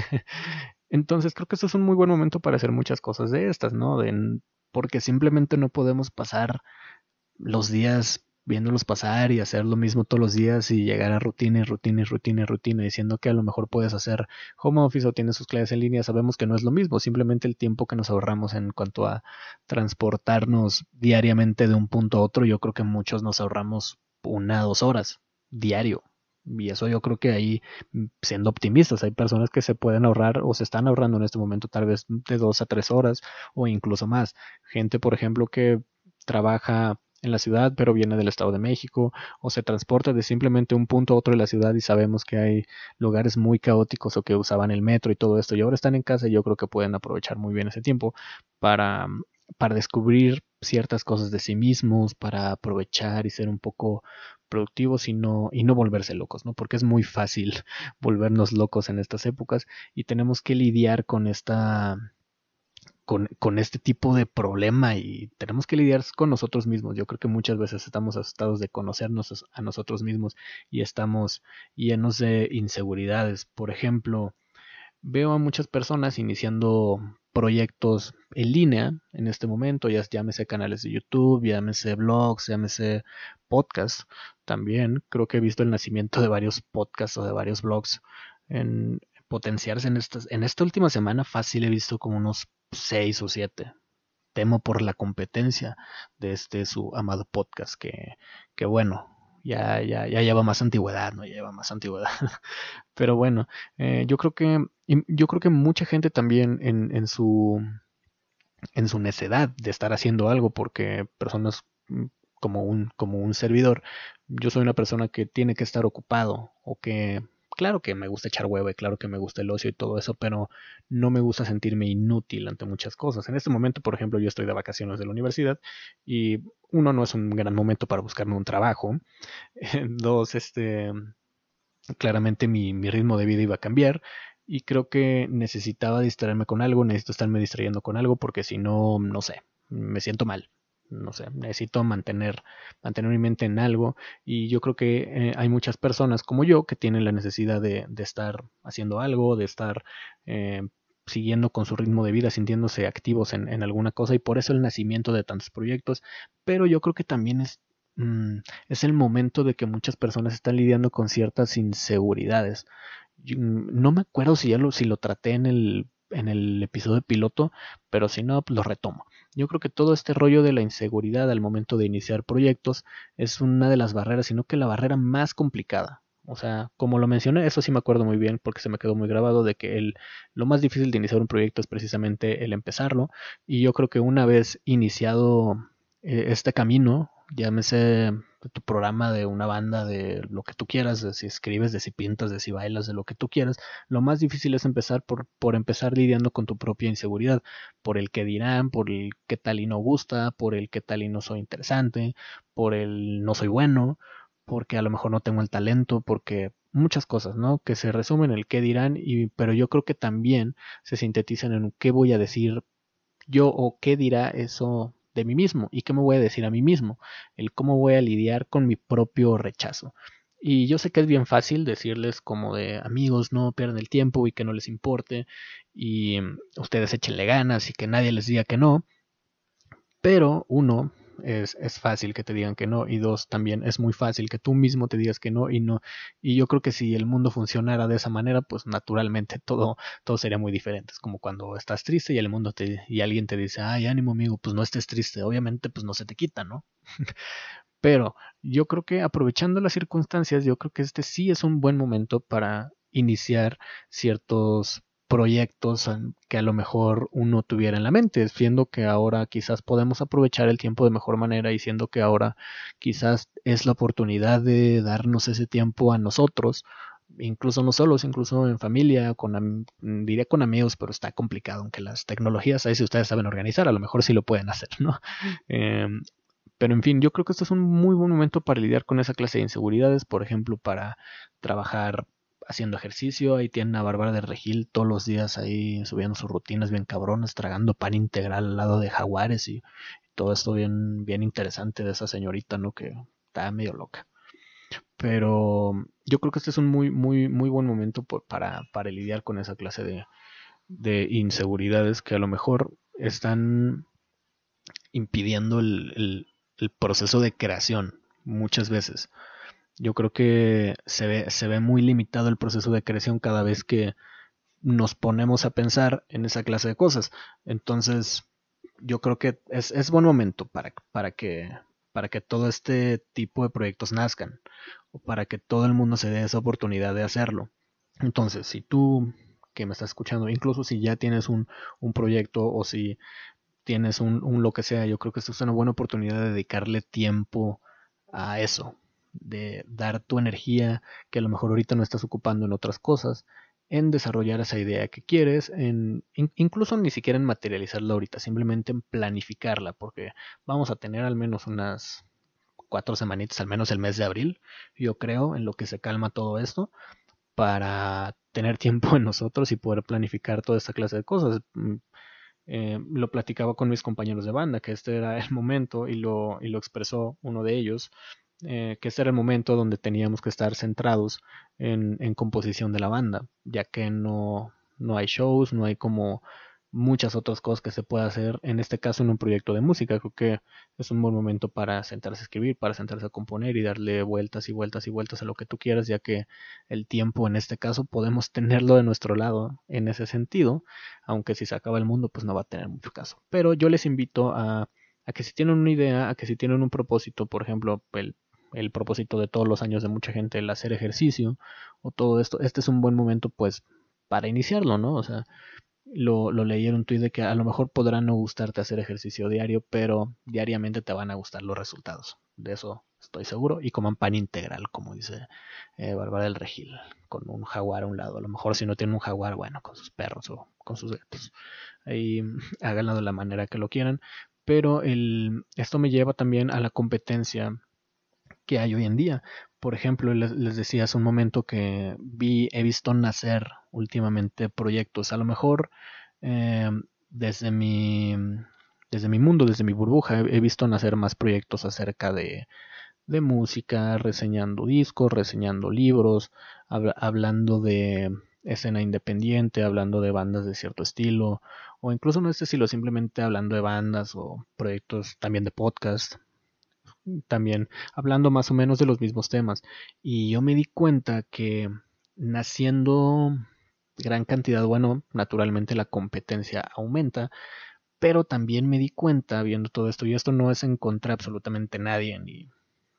Entonces creo que esto es un muy buen momento para hacer muchas cosas de estas, ¿no? De, porque simplemente no podemos pasar los días viéndolos pasar y hacer lo mismo todos los días y llegar a rutina y rutina y rutina y rutina, diciendo que a lo mejor puedes hacer home office o tienes sus clases en línea. Sabemos que no es lo mismo, simplemente el tiempo que nos ahorramos en cuanto a transportarnos diariamente de un punto a otro, yo creo que muchos nos ahorramos una, dos horas diario. Y eso yo creo que ahí, siendo optimistas, hay personas que se pueden ahorrar o se están ahorrando en este momento tal vez de dos a tres horas o incluso más. Gente, por ejemplo, que trabaja en la ciudad, pero viene del Estado de México, o se transporta de simplemente un punto a otro de la ciudad y sabemos que hay lugares muy caóticos o que usaban el metro y todo esto, y ahora están en casa y yo creo que pueden aprovechar muy bien ese tiempo para, para descubrir ciertas cosas de sí mismos, para aprovechar y ser un poco productivos y no, y no volverse locos, ¿no? Porque es muy fácil volvernos locos en estas épocas y tenemos que lidiar con esta con, con este tipo de problema y tenemos que lidiar con nosotros mismos. Yo creo que muchas veces estamos asustados de conocernos a nosotros mismos y estamos llenos de inseguridades. Por ejemplo, veo a muchas personas iniciando proyectos en línea en este momento, ya llámese canales de YouTube, llámese blogs, llámese podcasts. También creo que he visto el nacimiento de varios podcasts o de varios blogs en potenciarse en estas, en esta última semana. Fácil he visto como unos seis o siete. Temo por la competencia de este su amado podcast que, que bueno, ya, ya, ya lleva más antigüedad, ¿no? Ya lleva más antigüedad. Pero bueno, eh, yo creo que yo creo que mucha gente también en, en su en su necedad de estar haciendo algo, porque personas como un, como un servidor, yo soy una persona que tiene que estar ocupado o que, claro que me gusta echar hueva y claro que me gusta el ocio y todo eso, pero no me gusta sentirme inútil ante muchas cosas. En este momento, por ejemplo, yo estoy de vacaciones de la universidad y uno, no es un gran momento para buscarme un trabajo. Dos, este, claramente mi, mi ritmo de vida iba a cambiar y creo que necesitaba distraerme con algo, necesito estarme distrayendo con algo porque si no, no sé, me siento mal. No sé, necesito mantener, mantener mi mente en algo y yo creo que eh, hay muchas personas como yo que tienen la necesidad de, de estar haciendo algo, de estar eh, siguiendo con su ritmo de vida, sintiéndose activos en, en alguna cosa y por eso el nacimiento de tantos proyectos, pero yo creo que también es mm, es el momento de que muchas personas están lidiando con ciertas inseguridades. Yo, mm, no me acuerdo si ya lo, si lo traté en el, en el episodio piloto, pero si no, pues lo retomo. Yo creo que todo este rollo de la inseguridad al momento de iniciar proyectos es una de las barreras, sino que la barrera más complicada. O sea, como lo mencioné, eso sí me acuerdo muy bien porque se me quedó muy grabado de que el, lo más difícil de iniciar un proyecto es precisamente el empezarlo. Y yo creo que una vez iniciado eh, este camino, llámese de tu programa, de una banda, de lo que tú quieras, de si escribes, de si pintas, de si bailas, de lo que tú quieras, lo más difícil es empezar por, por empezar lidiando con tu propia inseguridad, por el que dirán, por el qué tal y no gusta, por el qué tal y no soy interesante, por el no soy bueno, porque a lo mejor no tengo el talento, porque muchas cosas, ¿no? Que se resumen en el qué dirán, y, pero yo creo que también se sintetizan en qué voy a decir yo o qué dirá eso de mí mismo y qué me voy a decir a mí mismo, el cómo voy a lidiar con mi propio rechazo. Y yo sé que es bien fácil decirles como de amigos, no pierdan el tiempo y que no les importe y mm, ustedes échenle ganas y que nadie les diga que no, pero uno, es, es fácil que te digan que no y dos, también es muy fácil que tú mismo te digas que no y no. Y yo creo que si el mundo funcionara de esa manera, pues naturalmente todo, todo sería muy diferente. Es como cuando estás triste y el mundo te, y alguien te dice, ay, ánimo amigo, pues no estés triste. Obviamente pues no se te quita, ¿no? Pero yo creo que aprovechando las circunstancias, yo creo que este sí es un buen momento para iniciar ciertos proyectos que a lo mejor uno tuviera en la mente, siendo que ahora quizás podemos aprovechar el tiempo de mejor manera y siendo que ahora quizás es la oportunidad de darnos ese tiempo a nosotros, incluso no solos, incluso en familia, con diré con amigos, pero está complicado, aunque las tecnologías, ahí si ustedes saben organizar, a lo mejor sí lo pueden hacer, ¿no? Eh, pero en fin, yo creo que este es un muy buen momento para lidiar con esa clase de inseguridades, por ejemplo, para trabajar haciendo ejercicio. Ahí tienen a Bárbara de Regil todos los días ahí subiendo sus rutinas bien cabronas, tragando pan integral al lado de jaguares y todo esto bien, bien interesante de esa señorita, ¿no? Que está medio loca. Pero yo creo que este es un muy, muy, muy buen momento por- para, para lidiar con esa clase de, de inseguridades que a lo mejor están impidiendo el, el- el proceso de creación muchas veces. Yo creo que se ve, se ve muy limitado el proceso de creación cada vez que nos ponemos a pensar en esa clase de cosas. Entonces, yo creo que es, es buen momento para, para, que, para que todo este tipo de proyectos nazcan, o para que todo el mundo se dé esa oportunidad de hacerlo. Entonces, si tú que me estás escuchando, incluso si ya tienes un, un proyecto o si tienes un, un lo que sea, yo creo que esto es una buena oportunidad de dedicarle tiempo a eso, de dar tu energía que a lo mejor ahorita no estás ocupando en otras cosas, en desarrollar esa idea que quieres, en in- incluso ni siquiera en materializarla ahorita, simplemente en planificarla, porque vamos a tener al menos unas cuatro semanitas, al menos el mes de abril, yo creo, en lo que se calma todo esto, para tener tiempo en nosotros y poder planificar toda esta clase de cosas. Mm, eh, lo platicaba con mis compañeros de banda, que este era el momento y lo, y lo expresó uno de ellos, eh, que este era el momento donde teníamos que estar centrados en, en composición de la banda, ya que no, no hay shows, no hay como muchas otras cosas que se pueda hacer, en este caso en un proyecto de música. Creo que es un buen momento para sentarse a escribir, para sentarse a componer y darle vueltas y vueltas y vueltas a lo que tú quieras, ya que el tiempo en este caso podemos tenerlo de nuestro lado en ese sentido, aunque si se acaba el mundo pues no va a tener mucho caso. Pero yo les invito a, a que si tienen una idea, a que si tienen un propósito, por ejemplo, el, el propósito de todos los años de mucha gente, el hacer ejercicio o todo esto, este es un buen momento pues para iniciarlo, ¿no? O sea, lo, lo leí en un tuit de que a lo mejor podrá no gustarte hacer ejercicio diario, pero diariamente te van a gustar los resultados. De eso estoy seguro. Y coman pan integral, como dice eh, Bárbara del Regil, con un jaguar a un lado. A lo mejor si no tienen un jaguar, bueno, con sus perros o con sus gatos. Ahí háganlo de la manera que lo quieran. Pero el, esto me lleva también a la competencia que hay hoy en día. Por ejemplo, les, les decía hace un momento que vi, he visto nacer últimamente proyectos. A lo mejor eh, desde mi desde mi mundo, desde mi burbuja, he, he visto nacer más proyectos acerca de, de música, reseñando discos, reseñando libros, hab- hablando de escena independiente, hablando de bandas de cierto estilo, o incluso no este estilo, simplemente hablando de bandas o proyectos también de podcast, también hablando más o menos de los mismos temas. Y yo me di cuenta que naciendo gran cantidad, bueno, naturalmente la competencia aumenta, pero también me di cuenta viendo todo esto, y esto no es en contra de absolutamente nadie, ni,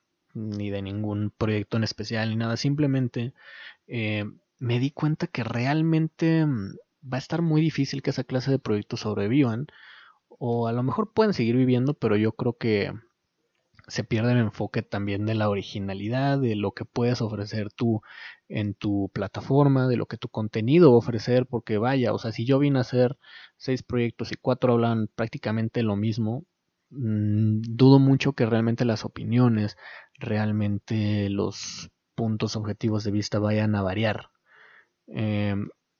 ni de ningún proyecto en especial, ni nada, simplemente eh, me di cuenta que realmente mm, va a estar muy difícil que esa clase de proyectos sobrevivan, o a lo mejor pueden seguir viviendo, pero yo creo que se pierde el enfoque también de la originalidad, de lo que puedes ofrecer tú en tu plataforma, de lo que tu contenido va a ofrecer, porque vaya, o sea, si yo vine a hacer seis proyectos y cuatro hablan prácticamente lo mismo, mmm, dudo mucho que realmente las opiniones, realmente los puntos objetivos de vista vayan a variar. Eh,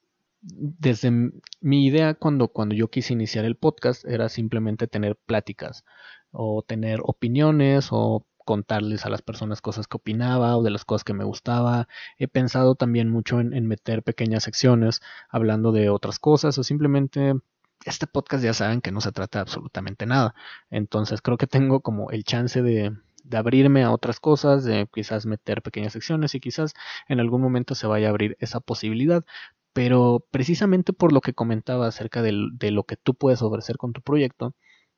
desde mi idea cuando, cuando yo quise iniciar el podcast era simplemente tener pláticas o tener opiniones o contarles a las personas cosas que opinaba o de las cosas que me gustaba. He pensado también mucho en, en meter pequeñas secciones hablando de otras cosas o simplemente este podcast ya saben que no se trata de absolutamente nada. Entonces creo que tengo como el chance de, de abrirme a otras cosas, de quizás meter pequeñas secciones y quizás en algún momento se vaya a abrir esa posibilidad. Pero precisamente por lo que comentaba acerca del- de, lo que tú puedes ofrecer con tu proyecto,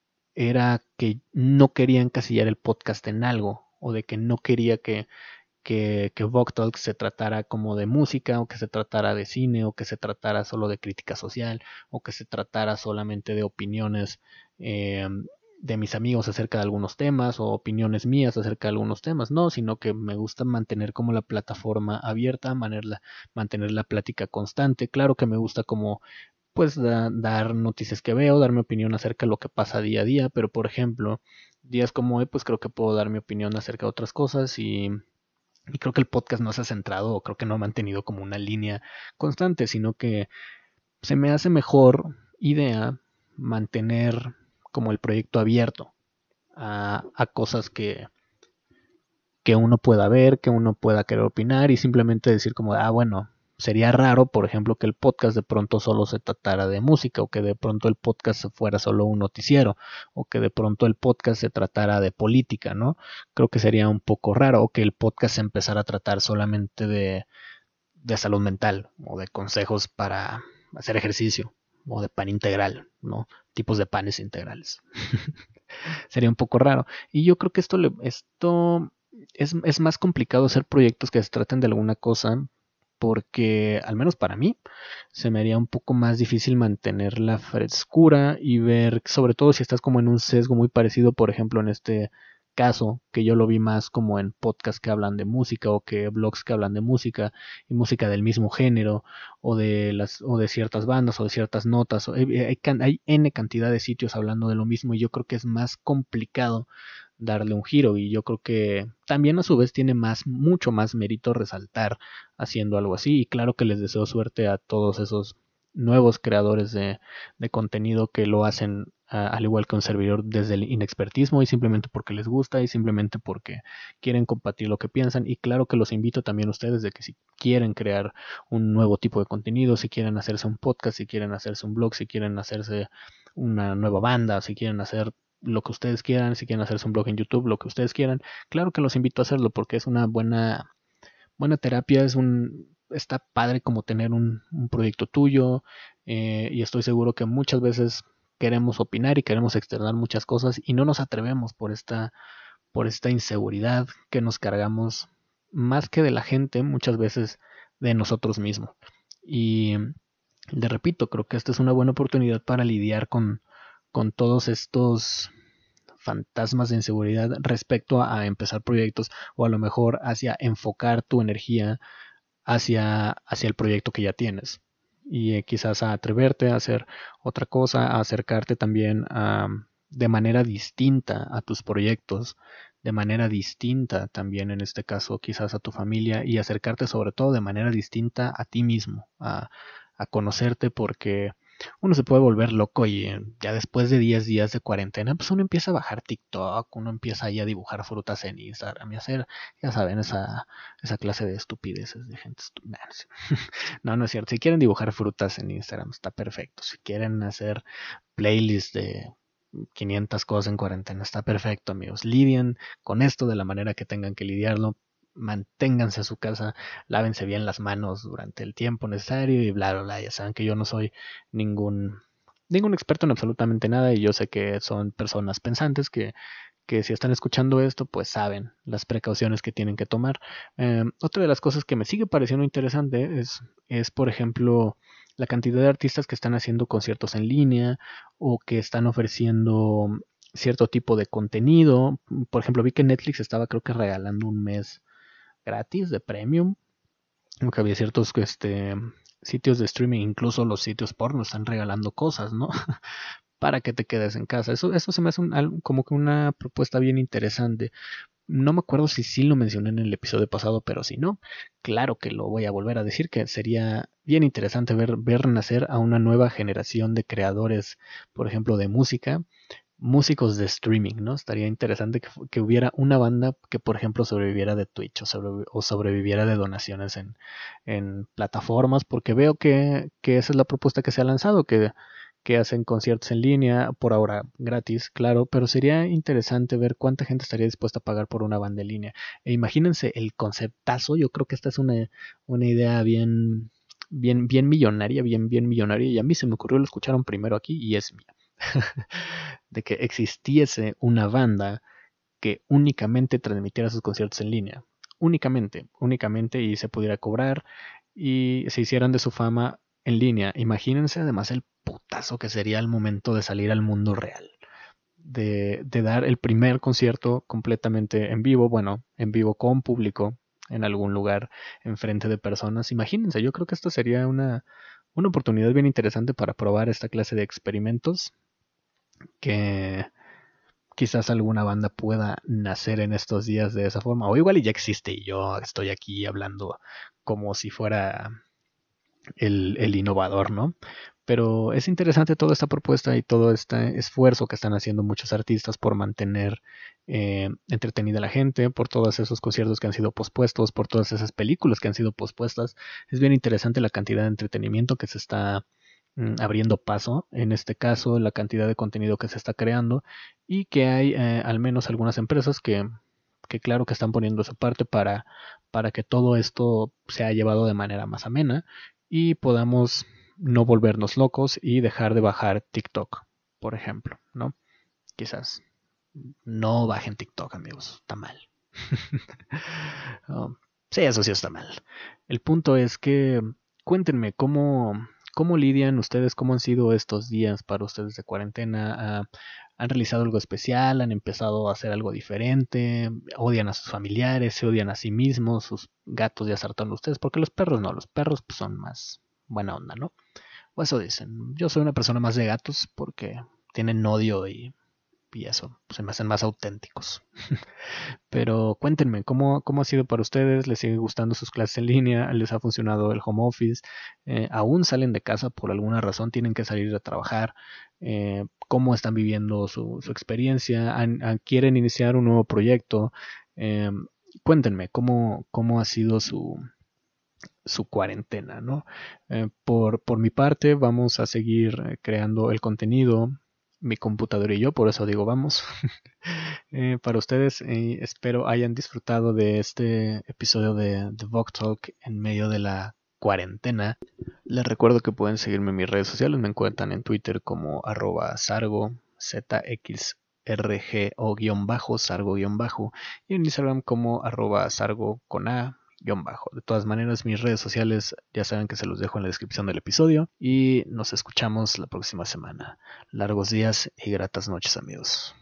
era que no quería encasillar el podcast en algo, o de que no quería que, que, que Vogue Talk se tratara como de música, o que se tratara de cine, o que se tratara solo de crítica social, o que se tratara solamente de opiniones eh, de mis amigos acerca de algunos temas, o opiniones mías acerca de algunos temas, no, sino que me gusta mantener como la plataforma abierta, mantenerla, mantener la plática constante. Claro que me gusta como pues da- dar noticias que veo, dar mi opinión acerca de lo que pasa día a día, pero por ejemplo, días como hoy, pues creo que puedo dar mi opinión acerca de otras cosas y, y creo que el podcast no se ha centrado o creo que no ha mantenido como una línea constante, sino que se me hace mejor idea mantener como el proyecto abierto a, a cosas que, que uno pueda ver, que uno pueda querer opinar y simplemente decir como, ah, bueno, sería raro, por ejemplo, que el podcast de pronto solo se tratara de música o que de pronto el podcast fuera solo un noticiero o que de pronto el podcast se tratara de política, ¿no? Creo que sería un poco raro o que el podcast se empezara a tratar solamente de, de salud mental o de consejos para hacer ejercicio o de pan integral, ¿no? Tipos de panes integrales. Sería un poco raro. Y yo creo que esto, le, esto es, es más complicado hacer proyectos que se traten de alguna cosa porque, al menos para mí, se me haría un poco más difícil mantener la frescura y ver, sobre todo si estás como en un sesgo muy parecido, por ejemplo, en este caso, que yo lo vi más como en podcasts que hablan de música o que blogs que hablan de música y música del mismo género o de las o de ciertas bandas o de ciertas notas. O, hay, hay, hay N cantidad de sitios hablando de lo mismo y yo creo que es más complicado darle un giro y yo creo que también a su vez tiene más mucho más mérito resaltar haciendo algo así y claro que les deseo suerte a todos esos nuevos creadores de, de contenido que lo hacen uh, al igual que un servidor desde el inexpertismo y simplemente porque les gusta y simplemente porque quieren compartir lo que piensan y claro que los invito también a ustedes de que si quieren crear un nuevo tipo de contenido, si quieren hacerse un podcast, si quieren hacerse un blog, si quieren hacerse una nueva banda, si quieren hacer lo que ustedes quieran, si quieren hacerse un blog en YouTube, lo que ustedes quieran, claro que los invito a hacerlo porque es una buena, buena terapia, es un, está padre como tener un, un proyecto tuyo eh, y estoy seguro que muchas veces queremos opinar y queremos externar muchas cosas y no nos atrevemos por esta, por esta inseguridad que nos cargamos más que de la gente, muchas veces de nosotros mismos. Y le repito, creo que esta es una buena oportunidad para lidiar con, con todos estos fantasmas de inseguridad respecto a, a empezar proyectos o a lo mejor hacia enfocar tu energía hacia, hacia el proyecto que ya tienes y eh, quizás a atreverte a hacer otra cosa, a acercarte también a, de manera distinta a tus proyectos, de manera distinta también en este caso quizás a tu familia y acercarte sobre todo de manera distinta a ti mismo, a, a conocerte porque uno se puede volver loco y eh, ya después de diez días de cuarentena, pues uno empieza a bajar TikTok, uno empieza ahí a dibujar frutas en Instagram y hacer, ya saben, esa, esa clase de estupideces de gente estúpida. No, no es cierto. Si quieren dibujar frutas en Instagram, está perfecto. Si quieren hacer playlists de quinientas cosas en cuarentena, está perfecto, amigos. Lidien con esto de la manera que tengan que lidiarlo. Manténganse a su casa, lávense bien las manos durante el tiempo necesario y bla, bla, bla. Ya saben que yo no soy ningún, ningún experto en absolutamente nada y yo sé que son personas pensantes que que si están escuchando esto, pues saben las precauciones que tienen que tomar. Eh, otra de las cosas que me sigue pareciendo interesante es, es, por ejemplo, la cantidad de artistas que están haciendo conciertos en línea o que están ofreciendo cierto tipo de contenido. Por ejemplo, vi que Netflix estaba creo que regalando un mes gratis de premium. Aunque había ciertos este, sitios de streaming, incluso los sitios porno están regalando cosas, ¿no? Para que te quedes en casa. Eso, eso se me hace un, como que una propuesta bien interesante. No me acuerdo si sí lo mencioné en el episodio pasado, pero si no, claro que lo voy a volver a decir, que sería bien interesante ver, ver nacer a una nueva generación de creadores, por ejemplo, de música, músicos de streaming, ¿no? Estaría interesante que, que hubiera una banda que, por ejemplo, sobreviviera de Twitch o, sobre, o sobreviviera de donaciones en, en plataformas, porque veo que, que esa es la propuesta que se ha lanzado, que que hacen conciertos en línea, por ahora gratis, claro, pero sería interesante ver cuánta gente estaría dispuesta a pagar por una banda en línea. E imagínense el conceptazo, yo creo que esta es una, una idea bien, bien, bien millonaria, bien, bien millonaria, y a mí se me ocurrió, lo escucharon primero aquí y es mía, de que existiese una banda que únicamente transmitiera sus conciertos en línea, únicamente, únicamente, y se pudiera cobrar y se hicieran de su fama en línea. Imagínense además el putazo que sería el momento de salir al mundo real, de, de dar el primer concierto completamente en vivo, bueno, en vivo con público, en algún lugar, enfrente de personas. Imagínense, yo creo que esto sería una, una oportunidad bien interesante para probar esta clase de experimentos que quizás alguna banda pueda nacer en estos días de esa forma, o igual y ya existe y yo estoy aquí hablando como si fuera el, el innovador, ¿no? Pero es interesante toda esta propuesta y todo este esfuerzo que están haciendo muchos artistas por mantener eh, entretenida a la gente, por todos esos conciertos que han sido pospuestos, por todas esas películas que han sido pospuestas. Es bien interesante la cantidad de entretenimiento que se está mm, abriendo paso, en este caso la cantidad de contenido que se está creando y que hay eh, al menos algunas empresas que, que claro que están poniendo su parte para, para que todo esto sea llevado de manera más amena y podamos no volvernos locos y dejar de bajar TikTok, por ejemplo, ¿no? Quizás no bajen TikTok, amigos, está mal. um, sí, eso sí está mal. El punto es que cuéntenme cómo, cómo lidian ustedes, cómo han sido estos días para ustedes de cuarentena. Uh, ¿Han realizado algo especial? ¿Han empezado a hacer algo diferente? ¿Odian a sus familiares? ¿Se odian a sí mismos? ¿Sus gatos ya hartaron ustedes? Porque los perros no, los perros pues, son más buena onda, ¿no? O eso dicen. Yo soy una persona más de gatos porque tienen odio y, y eso, se me hacen más auténticos. Pero cuéntenme, ¿cómo, ¿cómo ha sido para ustedes? ¿Les sigue gustando sus clases en línea? ¿Les ha funcionado el home office? Eh, ¿Aún salen de casa por alguna razón? ¿Tienen que salir a trabajar? Eh, ¿Cómo están viviendo su, su experiencia? ¿Han, han, ¿Quieren iniciar un nuevo proyecto? Eh, cuéntenme, ¿cómo, ¿cómo ha sido su, su cuarentena, ¿no? Eh, por, por mi parte, vamos a seguir eh, creando el contenido, mi computadora y yo, por eso digo vamos. eh, para ustedes, eh, espero hayan disfrutado de este episodio de The Vogue Talk en medio de la cuarentena. Les recuerdo que pueden seguirme en mis redes sociales, me encuentran en Twitter como arroba sargo, Z X R G O guión bajo, sargo guión bajo, y en Instagram como arroba sargo con A, guión bajo. De todas maneras, mis redes sociales ya saben que se los dejo en la descripción del episodio y nos escuchamos la próxima semana. Largos días y gratas noches, amigos.